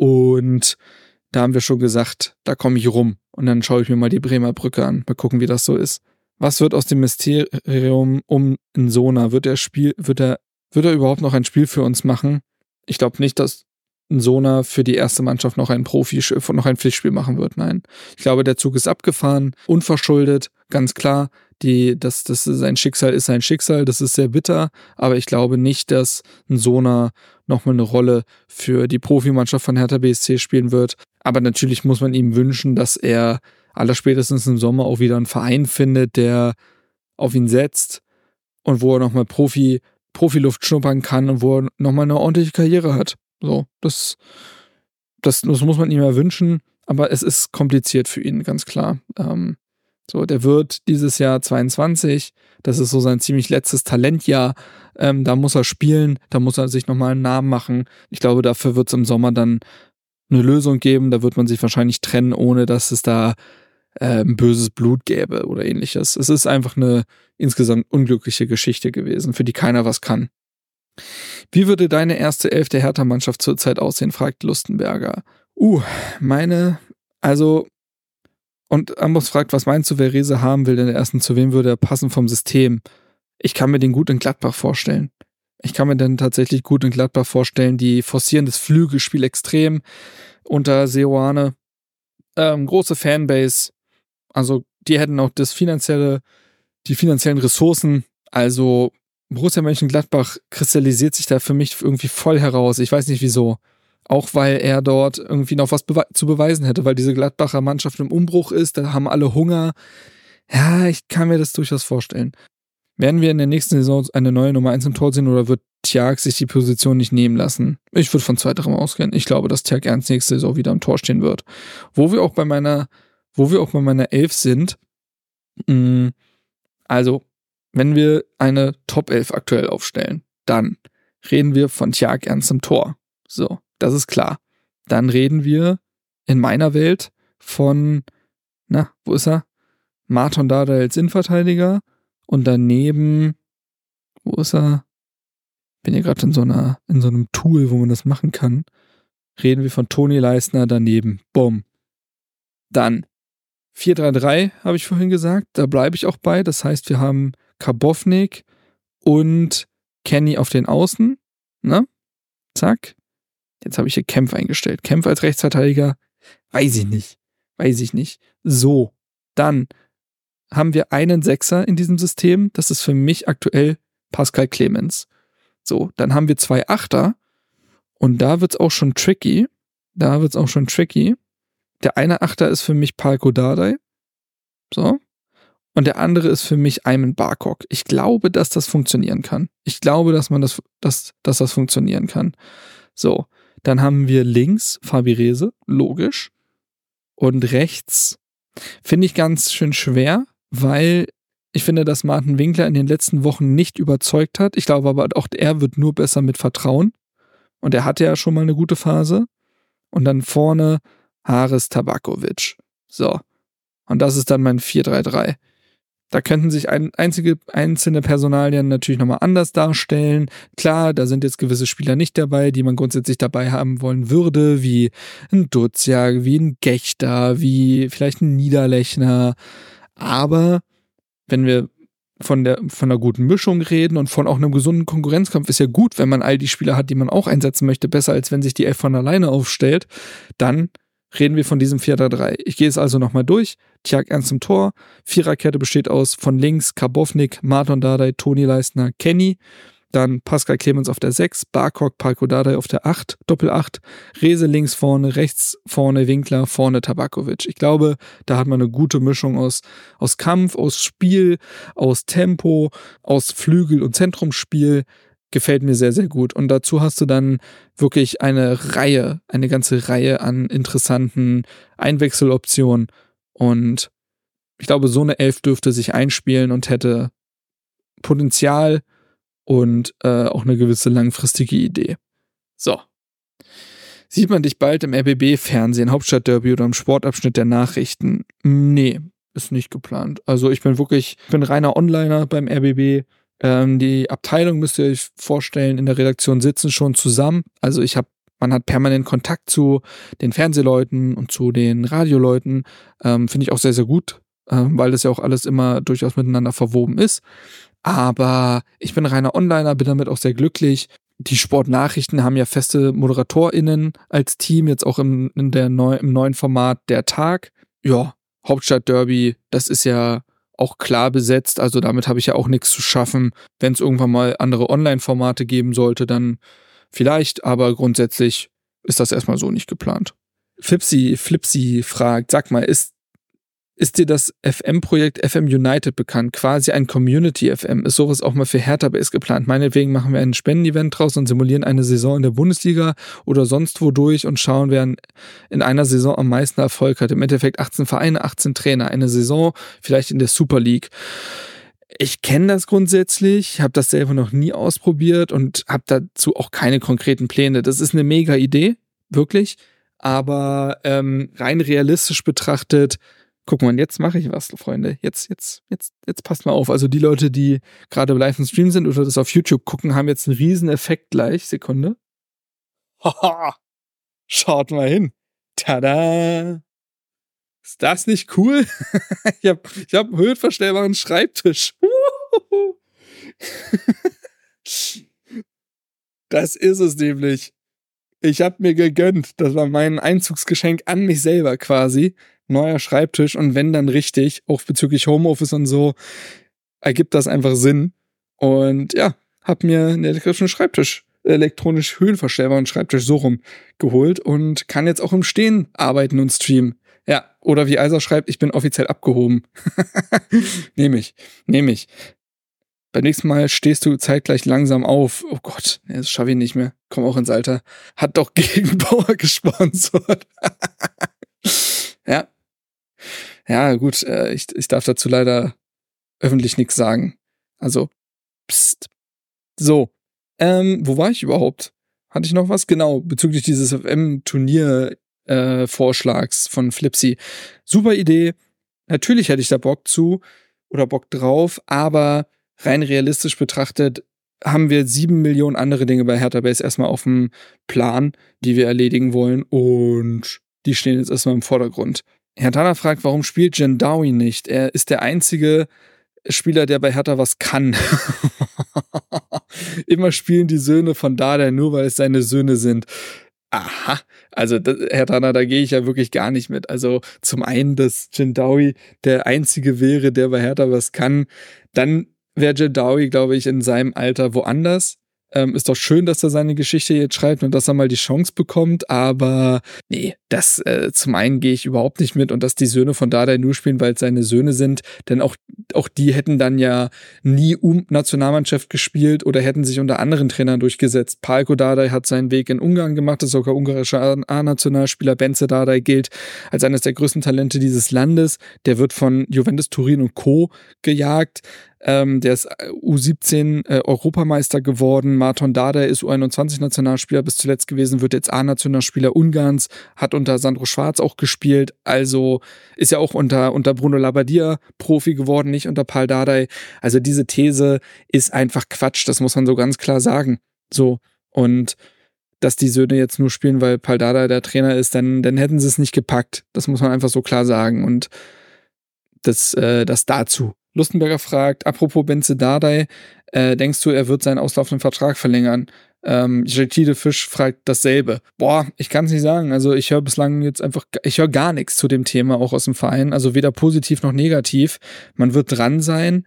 Und da haben wir schon gesagt, da komme ich rum. Und dann schaue ich mir mal die Bremer Brücke an. Mal gucken, wie das so ist. Was wird aus dem Mysterium um Nsona? Wird er Spiel, wird er Wird er überhaupt noch ein Spiel für uns machen? Ich glaube nicht, dass Nsona für die erste Mannschaft noch ein Profi, noch ein Pflichtspiel machen wird. Nein. Ich glaube, der Zug ist abgefahren, unverschuldet, ganz klar. Die, das, das sein Schicksal ist sein Schicksal, das ist sehr bitter, aber ich glaube nicht, dass Nsona nochmal eine Rolle für die Profimannschaft von Hertha B S C spielen wird. Aber natürlich muss man ihm wünschen, dass er allerspätestens im Sommer auch wieder einen Verein findet, der auf ihn setzt und wo er nochmal Profi Profiluft schnuppern kann und wo er nochmal eine ordentliche Karriere hat. So, das, das, das muss man ihm ja wünschen, aber es ist kompliziert für ihn, ganz klar. Ähm, so, der wird dieses Jahr zweiundzwanzig, das ist so sein ziemlich letztes Talentjahr, ähm, da muss er spielen, da muss er sich nochmal einen Namen machen. Ich glaube, dafür wird es im Sommer dann eine Lösung geben, da wird man sich wahrscheinlich trennen, ohne dass es da äh, ein böses Blut gäbe oder ähnliches. Es ist einfach eine insgesamt unglückliche Geschichte gewesen, für die keiner was kann. Wie würde deine erste Elf der Hertha-Mannschaft zurzeit aussehen, fragt Lustenberger. Uh, meine, also, und Ambos fragt, was meinst du, wer Rehse haben will in der ersten, zu wem würde er passen vom System? Ich kann mir den gut in Gladbach vorstellen. Ich kann mir den tatsächlich gut in Gladbach vorstellen, die forcieren das Flügelspiel extrem unter Seoane. Ähm, große Fanbase, also die hätten auch das finanzielle, die finanziellen Ressourcen, also Borussia Mönchengladbach kristallisiert sich da für mich irgendwie voll heraus. Ich weiß nicht wieso. Auch weil er dort irgendwie noch was bewe- zu beweisen hätte, weil diese Gladbacher Mannschaft im Umbruch ist, da haben alle Hunger. Ja, ich kann mir das durchaus vorstellen. Werden wir in der nächsten Saison eine neue Nummer eins im Tor sehen oder wird Thiag sich die Position nicht nehmen lassen? Ich würde von zweiterem ausgehen. Ich glaube, dass Thiag ernst nächste Saison wieder am Tor stehen wird. Wo wir auch bei meiner, wo wir auch bei meiner Elf sind, mh, also, wenn wir eine Top elf aktuell aufstellen, dann reden wir von Thiag Ernst im Tor. So, das ist klar. Dann reden wir in meiner Welt von, na, wo ist er? Marton Dardai als Innenverteidiger und daneben, wo ist er? Bin hier gerade in so einer, in so einem Tool, wo man das machen kann. Reden wir von Toni Leisner daneben. Bumm. Dann vier drei drei habe ich vorhin gesagt, da bleibe ich auch bei. Das heißt, wir haben Karbovnik und Kenny auf den Außen, ne? Zack. Jetzt habe ich hier Kempf eingestellt. Kempf als Rechtsverteidiger, weiß ich nicht. Weiß ich nicht. So, dann haben wir einen Sechser in diesem System. Das ist für mich aktuell Pascal Clemens. So, dann haben wir zwei Achter und da wird's auch schon tricky. Da wird's auch schon tricky. Der eine Achter ist für mich Palko Dardai. So. Und der andere ist für mich Ayman Barkok. Ich glaube, dass das funktionieren kann. Ich glaube, dass man das, dass, dass das funktionieren kann. So. Dann haben wir links Fabi Rehse. Logisch. Und rechts finde ich ganz schön schwer, weil ich finde, dass Martin Winkler in den letzten Wochen nicht überzeugt hat. Ich glaube aber auch, er wird nur besser mit Vertrauen. Und er hatte ja schon mal eine gute Phase. Und dann vorne Haris Tabakovic. So. Und das ist dann mein vier drei drei. Da könnten sich ein, einzige, einzelne Personalien natürlich nochmal anders darstellen. Klar, da sind jetzt gewisse Spieler nicht dabei, die man grundsätzlich dabei haben wollen würde, wie ein Duziak, wie ein Gechter, wie vielleicht ein Niederlechner. Aber wenn wir von der von einer guten Mischung reden und von auch einem gesunden Konkurrenzkampf, ist ja gut, wenn man all die Spieler hat, die man auch einsetzen möchte, besser als wenn sich die Elf von alleine aufstellt, dann reden wir von diesem vier drei drei. Ich gehe es also nochmal durch. Tjag Ernst im Tor. Viererkette besteht aus von links Karbovnik, Marton Dardai, Toni Leistner, Kenny. Dann Pascal Clemens auf der sechs, Barkok, Palko Dardai auf der acht, Doppel acht, Rehse links vorne, rechts vorne Winkler, vorne Tabakovic. Ich glaube, da hat man eine gute Mischung aus, aus Kampf, aus Spiel, aus Tempo, aus Flügel- und Zentrumsspiel. Gefällt mir sehr, sehr gut. Und dazu hast du dann wirklich eine Reihe, eine ganze Reihe an interessanten Einwechseloptionen. Und ich glaube, so eine Elf dürfte sich einspielen und hätte Potenzial und äh, auch eine gewisse langfristige Idee. So. Sieht man dich bald im R B B-Fernsehen, Hauptstadtderby oder im Sportabschnitt der Nachrichten? Nee, ist nicht geplant. Also ich bin wirklich, ich bin reiner Onliner beim R B B. Ähm, die Abteilung, müsst ihr euch vorstellen, in der Redaktion sitzen schon zusammen. Also ich habe, man hat permanent Kontakt zu den Fernsehleuten und zu den Radioleuten. Ähm, finde ich auch sehr, sehr gut, ähm, weil das ja auch alles immer durchaus miteinander verwoben ist. Aber ich bin reiner Onliner, bin damit auch sehr glücklich. Die Sportnachrichten haben ja feste ModeratorInnen als Team, jetzt auch im, in der neu, im neuen Format Der Tag. Ja, Hauptstadtderby, das ist ja auch klar besetzt, also damit habe ich ja auch nichts zu schaffen. Wenn es irgendwann mal andere Online-Formate geben sollte, dann vielleicht, aber grundsätzlich ist das erstmal so nicht geplant. Flipsy, Flipsy fragt, sag mal, ist Ist dir das F M-Projekt F M United bekannt? Quasi ein Community-F M. Ist sowas auch mal für Hertha B S geplant? Meinetwegen machen wir ein Spendenevent draus und simulieren eine Saison in der Bundesliga oder sonst wo durch und schauen, wer in einer Saison am meisten Erfolg hat. Im Endeffekt achtzehn Vereine, achtzehn Trainer. Eine Saison vielleicht in der Super League. Ich kenne das grundsätzlich, habe das selber noch nie ausprobiert und habe dazu auch keine konkreten Pläne. Das ist eine mega Idee, wirklich. Aber ähm, rein realistisch betrachtet, guck mal, jetzt mache ich was, Freunde. Jetzt, jetzt, jetzt, jetzt passt mal auf. Also die Leute, die gerade live im Stream sind oder das auf YouTube gucken, haben jetzt einen riesen Effekt gleich. Sekunde. Haha. Schaut mal hin. Tada. Ist das nicht cool? ich habe ich hab einen höhenverstellbaren Schreibtisch. Das ist es nämlich. Ich habe mir gegönnt. Das war mein Einzugsgeschenk an mich selber quasi. Neuer Schreibtisch und wenn dann richtig, auch bezüglich Homeoffice und so, ergibt das einfach Sinn. Und ja, hab mir einen elektrischen Schreibtisch, elektronisch höhenverstellbaren Schreibtisch so rum geholt und kann jetzt auch im Stehen arbeiten und streamen. Ja, oder wie Eiser schreibt, ich bin offiziell abgehoben. Nehme ich, nehme ich. Beim nächsten Mal stehst du zeitgleich langsam auf. Oh Gott, nee, das schaffe ich nicht mehr. Komm auch ins Alter. Hat doch Gegenbauer gesponsert. Ja. Ja, gut, äh, ich, ich darf dazu leider öffentlich nichts sagen. Also, pst. So, ähm, wo war ich überhaupt? Hatte ich noch was? Genau, bezüglich dieses F M-Turnier-Vorschlags äh, von Flipsy. Super Idee. Natürlich hätte ich da Bock zu oder Bock drauf, aber rein realistisch betrachtet haben wir sieben Millionen andere Dinge bei Hertha Base erstmal auf dem Plan, die wir erledigen wollen und die stehen jetzt erstmal im Vordergrund. Herr Tanner fragt, warum spielt Gendawi nicht? Er ist der einzige Spieler, der bei Hertha was kann. Immer spielen die Söhne von Dardai nur, weil es seine Söhne sind. Aha, also das, Herr Tanner, da gehe ich ja wirklich gar nicht mit. Also zum einen, dass Jindawi der Einzige wäre, der bei Hertha was kann. Dann wäre Jindawi, glaube ich, in seinem Alter woanders. Ähm, ist doch schön, dass er seine Geschichte jetzt schreibt und dass er mal die Chance bekommt, aber nee, das äh, zum einen gehe ich überhaupt nicht mit und dass die Söhne von Dardai nur spielen, weil es seine Söhne sind, denn auch, auch die hätten dann ja nie um Nationalmannschaft gespielt oder hätten sich unter anderen Trainern durchgesetzt. Palko Dardai hat seinen Weg in Ungarn gemacht, ist sogar ungarischer A-Nationalspieler. Bence Dardai gilt als eines der größten Talente dieses Landes, der wird von Juventus Turin und Co. gejagt. Ähm, der ist U siebzehn äh, Europameister geworden. Marton Dardai ist U einundzwanzig Nationalspieler bis zuletzt gewesen, wird jetzt A-Nationalspieler Ungarns, hat unter Sandro Schwarz auch gespielt, also ist ja auch unter, unter Bruno Labbadia Profi geworden, nicht unter Pal Dardai. Also diese These ist einfach Quatsch, das muss man so ganz klar sagen. So, und dass die Söhne jetzt nur spielen, weil Pal Dardai der Trainer ist, dann, dann hätten sie es nicht gepackt. Das muss man einfach so klar sagen. Und das, äh, das dazu. Lustenberger fragt, apropos Bence Dardai, äh, denkst du, er wird seinen auslaufenden Vertrag verlängern? Ähm, Jetide Fisch fragt dasselbe. Boah, ich kann es nicht sagen. Also ich höre bislang jetzt einfach, ich höre gar nichts zu dem Thema, auch aus dem Verein. Also weder positiv noch negativ. Man wird dran sein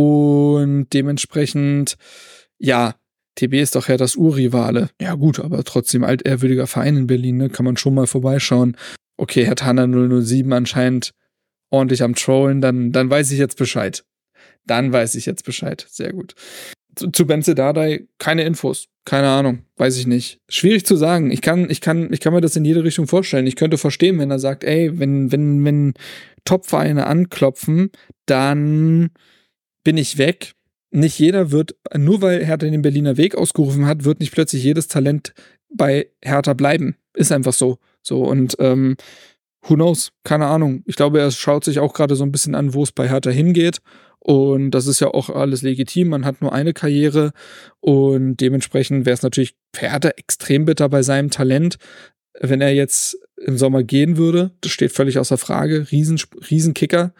und dementsprechend, ja, T B ist doch ja das Urrivale. Ja gut, aber trotzdem altehrwürdiger Verein in Berlin, ne? Kann man schon mal vorbeischauen. Okay, Herr Tanner null null sieben anscheinend ordentlich am Trollen, dann, dann weiß ich jetzt Bescheid. Dann weiß ich jetzt Bescheid. Sehr gut. Zu, zu Bence Dardai keine Infos. Keine Ahnung. Weiß ich nicht. Schwierig zu sagen. Ich kann, ich kann, ich kann mir das in jede Richtung vorstellen. Ich könnte verstehen, wenn er sagt, ey, wenn, wenn, wenn Top-Vereine anklopfen, dann bin ich weg. Nicht jeder wird, nur weil Hertha den Berliner Weg ausgerufen hat, wird nicht plötzlich jedes Talent bei Hertha bleiben. Ist einfach so. So, und, ähm, who knows? Keine Ahnung. Ich glaube, er schaut sich auch gerade so ein bisschen an, wo es bei Hertha hingeht. Und das ist ja auch alles legitim. Man hat nur eine Karriere. Und dementsprechend wäre es natürlich für Hertha extrem bitter bei seinem Talent, wenn er jetzt im Sommer gehen würde. Das steht völlig außer Frage. Riesen, Riesenkicker.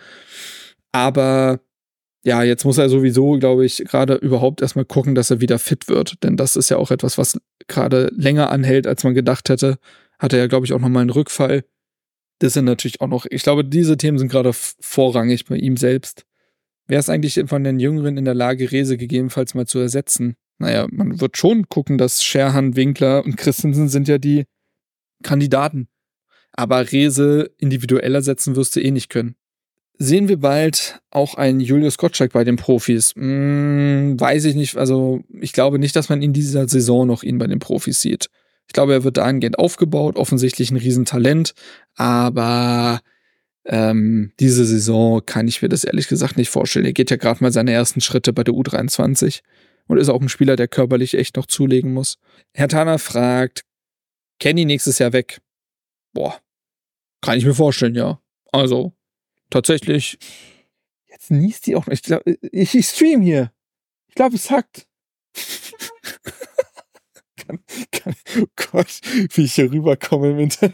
Aber ja, jetzt muss er sowieso, glaube ich, gerade überhaupt erstmal gucken, dass er wieder fit wird. Denn das ist ja auch etwas, was gerade länger anhält, als man gedacht hätte. Hat er ja, glaube ich, auch nochmal einen Rückfall. Das sind natürlich auch noch, ich glaube, diese Themen sind gerade vorrangig bei ihm selbst. Wer ist eigentlich von den Jüngeren in der Lage, Rehse gegebenenfalls mal zu ersetzen? Naja, man wird schon gucken, dass Scherhan, Winkler und Christensen sind ja die Kandidaten. Aber Rehse individuell ersetzen wirst du eh nicht können. Sehen wir bald auch einen Julius Gottschalk bei den Profis? Hm, weiß ich nicht. Also ich glaube nicht, dass man in dieser Saison noch ihn bei den Profis sieht. Ich glaube, er wird dahingehend aufgebaut, offensichtlich ein Riesentalent, aber ähm, diese Saison kann ich mir das ehrlich gesagt nicht vorstellen. Er geht ja gerade mal seine ersten Schritte bei der U dreiundzwanzig und ist auch ein Spieler, der körperlich echt noch zulegen muss. Herr Tanner fragt, Kenny nächstes Jahr weg? Boah, kann ich mir vorstellen, ja. Also, tatsächlich. Jetzt niest die auch noch. Ich glaube, ich, ich stream hier. Ich glaube, es hackt. Kann, kann, oh Gott, wie ich hier rüberkomme im Internet.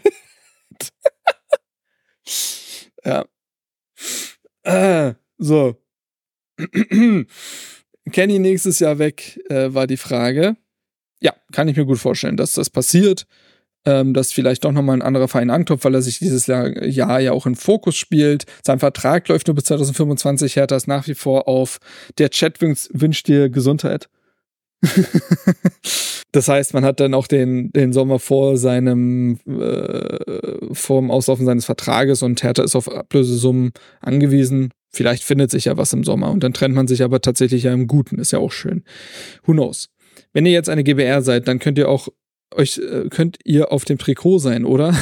Ja. Äh, so. Kenny nächstes Jahr weg, äh, war die Frage. Ja, kann ich mir gut vorstellen, dass das passiert. Ähm, dass vielleicht doch nochmal ein anderer Verein anklopft, weil er sich dieses Jahr, Jahr ja auch in Fokus spielt. Sein Vertrag läuft nur bis zwanzig fünfundzwanzig. Hertha ist nach wie vor auf der Chat wünscht dir Gesundheit. Das heißt, man hat dann auch den, den Sommer vor seinem, äh, vor dem Auslaufen seines Vertrages und Hertha ist auf Ablösesummen angewiesen. Vielleicht findet sich ja was im Sommer und dann trennt man sich aber tatsächlich ja im Guten. Ist ja auch schön. Who knows? Wenn ihr jetzt eine G B R seid, dann könnt ihr auch euch, äh, könnt ihr auf dem Trikot sein, oder?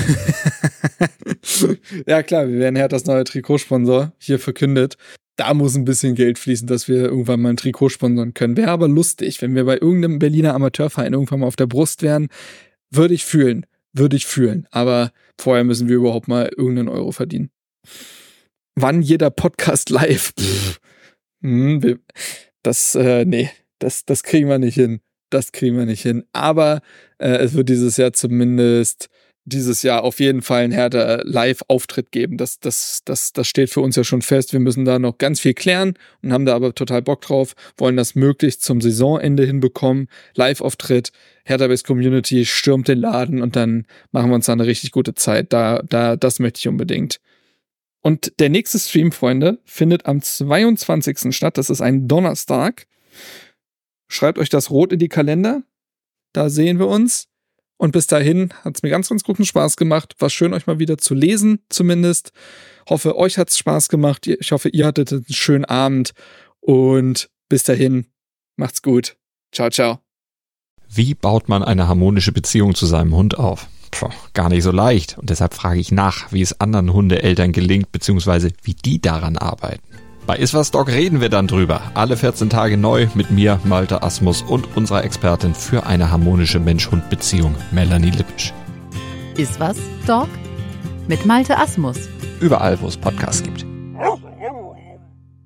Ja klar, wir werden Herthas neuer Trikotsponsor hier verkündet. Da muss ein bisschen Geld fließen, dass wir irgendwann mal ein Trikot sponsern können. Wäre aber lustig, wenn wir bei irgendeinem Berliner Amateurverein irgendwann mal auf der Brust wären. Würde ich fühlen. Würde ich fühlen. Aber vorher müssen wir überhaupt mal irgendeinen Euro verdienen. Wann jeder Podcast live? Pff. Hm, das, äh, nee, das, das kriegen wir nicht hin. Das kriegen wir nicht hin. Aber äh, es wird dieses Jahr zumindest dieses Jahr auf jeden Fall einen Hertha-Live-Auftritt geben. Das, das, das, das steht für uns ja schon fest. Wir müssen da noch ganz viel klären und haben da aber total Bock drauf, wollen das möglichst zum Saisonende hinbekommen. Live-Auftritt, Hertha-Base Community stürmt den Laden und dann machen wir uns da eine richtig gute Zeit. Da, da, das möchte ich unbedingt. Und der nächste Stream, Freunde, findet am zweiundzwanzigsten statt. Das ist ein Donnerstag. Schreibt euch das rot in die Kalender. Da sehen wir uns. Und bis dahin hat es mir ganz, ganz guten Spaß gemacht. War schön, euch mal wieder zu lesen, zumindest. Hoffe, euch hat es Spaß gemacht. Ich hoffe, ihr hattet einen schönen Abend. Und bis dahin, macht's gut. Ciao, ciao. Wie baut man eine harmonische Beziehung zu seinem Hund auf? Puh, gar nicht so leicht. Und deshalb frage ich nach, wie es anderen Hundeeltern gelingt, beziehungsweise wie die daran arbeiten. Bei Iswas Dog reden wir dann drüber. Alle vierzehn Tage neu mit mir, Malte Asmus und unserer Expertin für eine harmonische Mensch-Hund-Beziehung, Melanie Lippisch. Iswas Dog mit Malte Asmus. Überall, wo es Podcasts gibt.